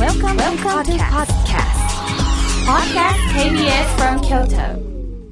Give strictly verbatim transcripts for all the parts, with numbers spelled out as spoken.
Welcome, Welcome to podcast. Podcast ケービーエス from Kyoto.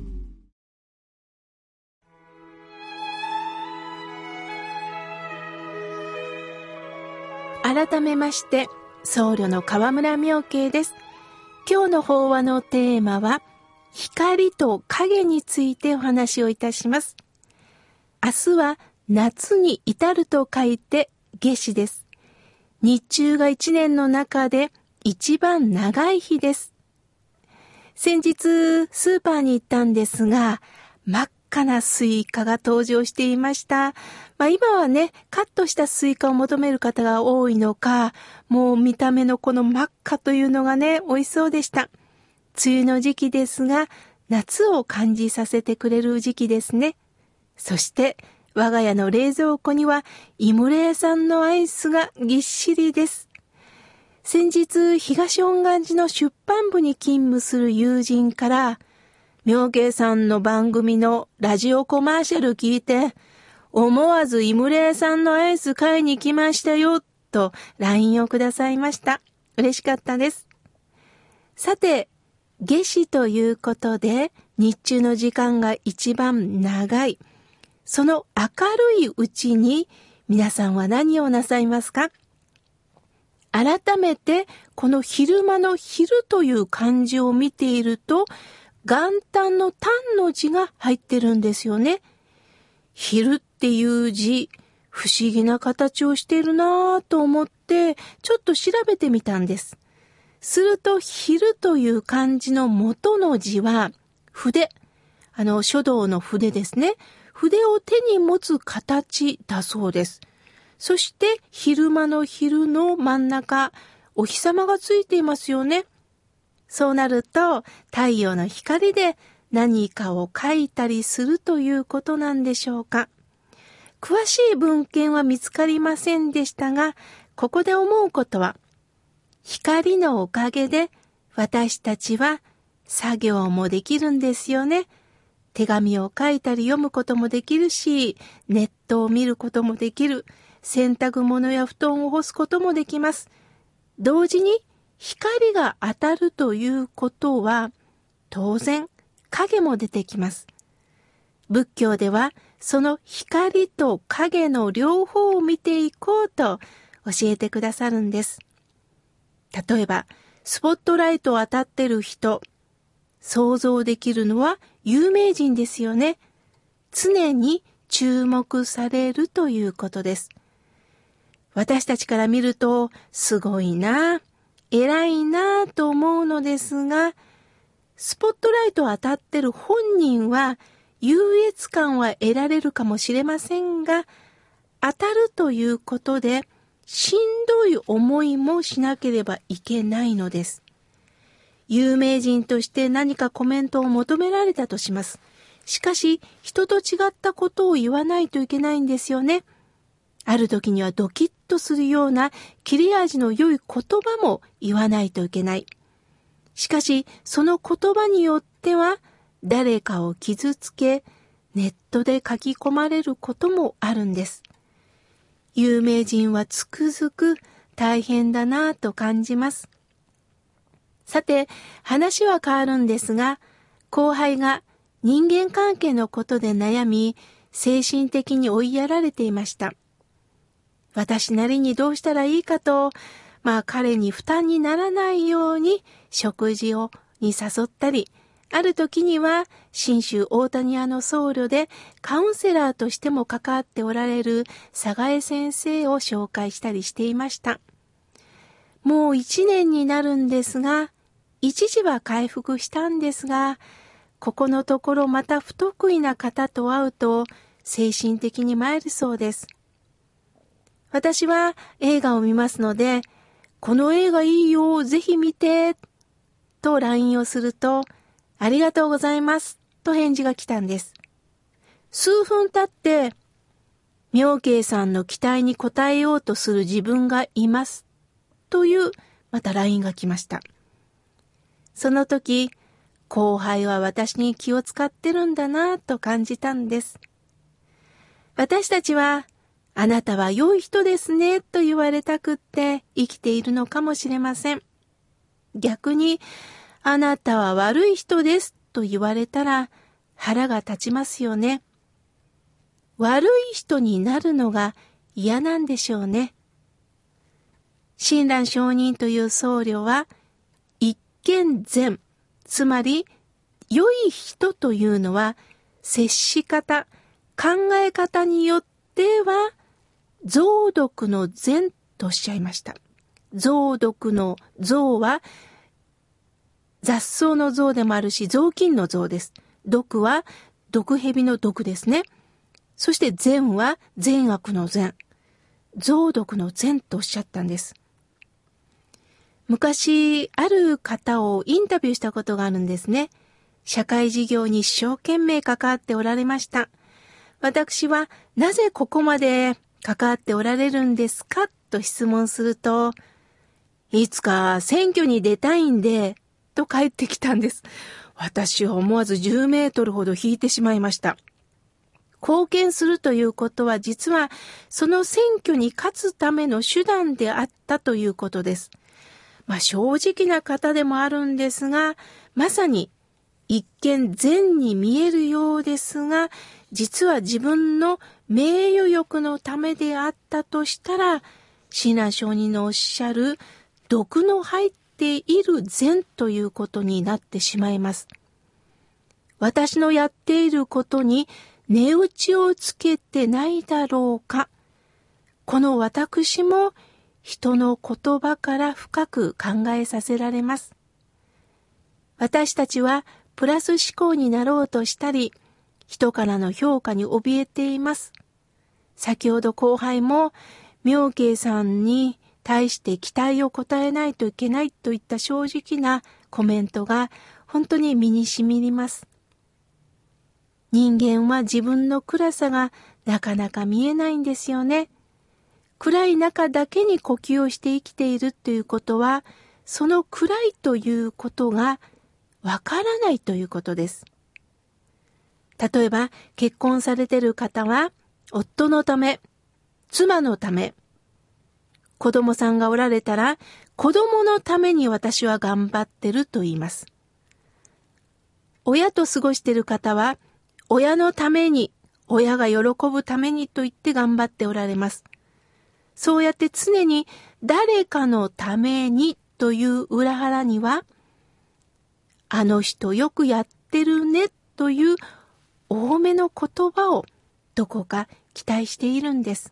改めまして、僧侶の河村妙慶です。今日の法話のテーマは、光と影についてお話をいたします。明日は夏に至ると書いて夏至です。日中が一年の中で一番長い日です。先日スーパーに行ったんですが、真っ赤なスイカが登場していました。まあ、今はね、カットしたスイカを求める方が多いのか、もう見た目のこの真っ赤というのがね、美味しそうでした。梅雨の時期ですが、夏を感じさせてくれる時期ですね。そして我が家の冷蔵庫にはイムレイ産のアイスがぎっしりです。先日東恩願寺の出版部に勤務する友人から、妙慶さんの番組のラジオコマーシャル聞いて、思わずイムレイ産のアイス買いに来ましたよと ライン をくださいました。嬉しかったです。さて、夏至ということで日中の時間が一番長い。その明るいうちに皆さんは何をなさいますか？改めてこの昼間の昼という漢字を見ていると、元旦の旦の字が入ってるんですよね。昼っていう字、不思議な形をしているなぁと思ってちょっと調べてみたんです。すると昼という漢字の元の字は筆、あの書道の筆ですね。筆を手に持つ形だそうです。そして昼間の昼の真ん中、お日様がついていますよね。そうなると太陽の光で何かを書いたりするということなんでしょうか。詳しい文献は見つかりませんでしたが、ここで思うことは、光のおかげで私たちは作業もできるんですよね。手紙を書いたり読むこともできるし、ネットを見ることもできる。洗濯物や布団を干すこともできます。同時に光が当たるということは、当然影も出てきます。仏教ではその光と影の両方を見ていこうと教えてくださるんです。例えば、スポットライト当たってる人、想像できるのは有名人ですよね。常に注目されるということです。私たちから見ると、すごいな、偉いなと思うのですが、スポットライト当たってる本人は優越感は得られるかもしれませんが、当たるということでしんどい思いもしなければいけないのです。有名人として何かコメントを求められたとします。しかし、人と違ったことを言わないといけないんですよね。ある時にはドキッとするような切れ味の良い言葉も言わないといけない。しかし、その言葉によっては誰かを傷つけ、ネットで書き込まれることもあるんです。有名人はつくづく大変だなぁと感じます。さて、話は変わるんですが、後輩が人間関係のことで悩み、精神的に追いやられていました。私なりにどうしたらいいかと、まあ彼に負担にならないように食事をに誘ったり、ある時には信州大谷屋の僧侶でカウンセラーとしても関わっておられる佐賀江先生を紹介したりしていました。もう一年になるんですが、一時は回復したんですが、ここのところまた不得意な方と会うと精神的に参るそうです。私は映画を見ますので、この映画いいよ、ぜひ見て、と ライン をすると、ありがとうございます、と返事が来たんです。数分経って、妙慶さんの期待に応えようとする自分がいます、という、また ライン が来ました。その時、後輩は私に気を使ってるんだなと感じたんです。私たちはあなたは良い人ですねと言われたくって生きているのかもしれません。逆に、あなたは悪い人ですと言われたら腹が立ちますよね。悪い人になるのが嫌なんでしょうね。親鸞上人という僧侶は一見善、つまり良い人というのは接し方、考え方によっては蔵毒の善とおっしゃいました。蔵毒の蔵は雑草の蔵でもあるし雑巾の蔵です。毒は毒蛇の毒ですね。そして善は善悪の善。蔵毒の善とおっしゃったんです。昔ある方をインタビューしたことがあるんですね。社会事業に一生懸命関わっておられました。私はなぜここまで関わっておられるんですかと質問すると、いつか選挙に出たいんで、と返ってきたんです。私は思わずじゅうメートルほど引いてしまいました。貢献するということは実はその選挙に勝つための手段であったということです。まあ正直な方でもあるんですが、まさに一見善に見えるようですが、実は自分の名誉欲のためであったとしたら、親鸞上人のおっしゃる毒の入っている善ということになってしまいます。私のやっていることに値打ちをつけてないだろうか。この私も人の言葉から深く考えさせられます。私たちはプラス思考になろうとしたり、人からの評価に怯えています。先ほど後輩も妙慶さんに対して期待を応えないといけないといった正直なコメントが本当に身に染み入ります。人間は自分の暗さがなかなか見えないんですよね。暗い中だけに呼吸をして生きているということは、その暗いということがわからないということです。例えば結婚されている方は夫のため、妻のため、子供さんがおられたら子供のために私は頑張ってると言います。親と過ごしている方は親のために、親が喜ぶためにと言って頑張っておられます。そうやって常に誰かのためにという裏腹には、あの人よくやってるねという多めの言葉をどこか期待しているんです。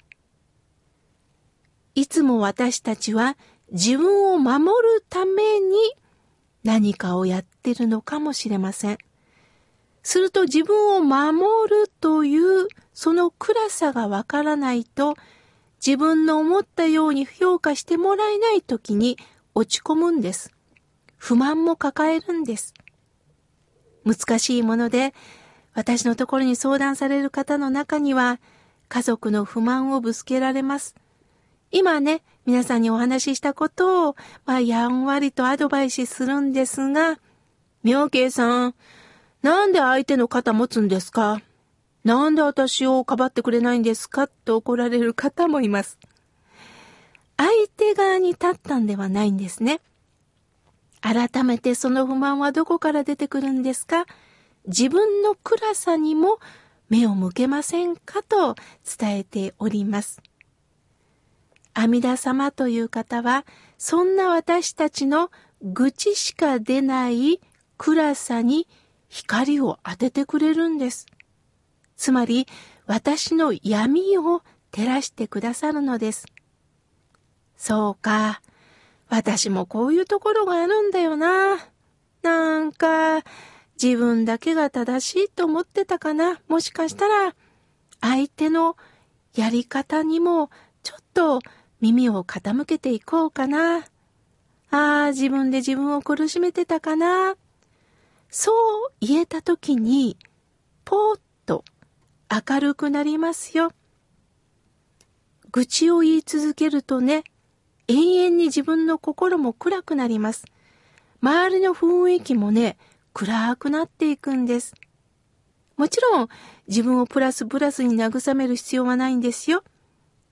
いつも私たちは自分を守るために何かをやってるのかもしれません。すると自分を守るというその暗さがわからないと、自分の思ったように評価してもらえないときに落ち込むんです。不満も抱えるんです。難しいもので、私のところに相談される方の中には家族の不満をぶつけられます。今ね、皆さんにお話ししたことを、まあ、やんわりとアドバイスするんですが、妙慶さん、なんで相手の肩持つんですか？なんで私をかばってくれないんですか？と怒られる方もいます。相手側に立ったんではないんですね。改めてその不満はどこから出てくるんですか？自分の暗さにも目を向けませんかと伝えております。阿弥陀様という方は、そんな私たちの愚痴しか出ない暗さに光を当ててくれるんです。つまり、私の闇を照らしてくださるのです。そうか、私もこういうところがあるんだよな。なんか、自分だけが正しいと思ってたかな。もしかしたら、相手のやり方にもちょっと耳を傾けていこうかな。ああ、自分で自分を苦しめてたかな。そう言えたときに、ぽーっと明るくなりますよ。愚痴を言い続けるとね、永遠に自分の心も暗くなります。周りの雰囲気もね、暗くなっていくんです。もちろん、自分をプラスプラスに慰める必要はないんですよ。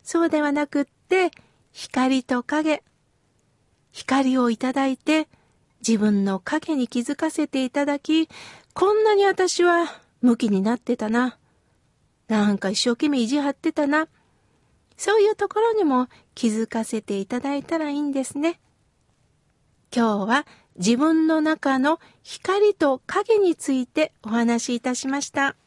そうではなくって、光と影。光をいただいて、自分の影に気づかせていただき、こんなに私はムキになってたな。なんか一生懸命意地張ってたな。そういうところにも気づかせていただいたらいいんですね。今日は自分の中の光と影についてお話しいたしました。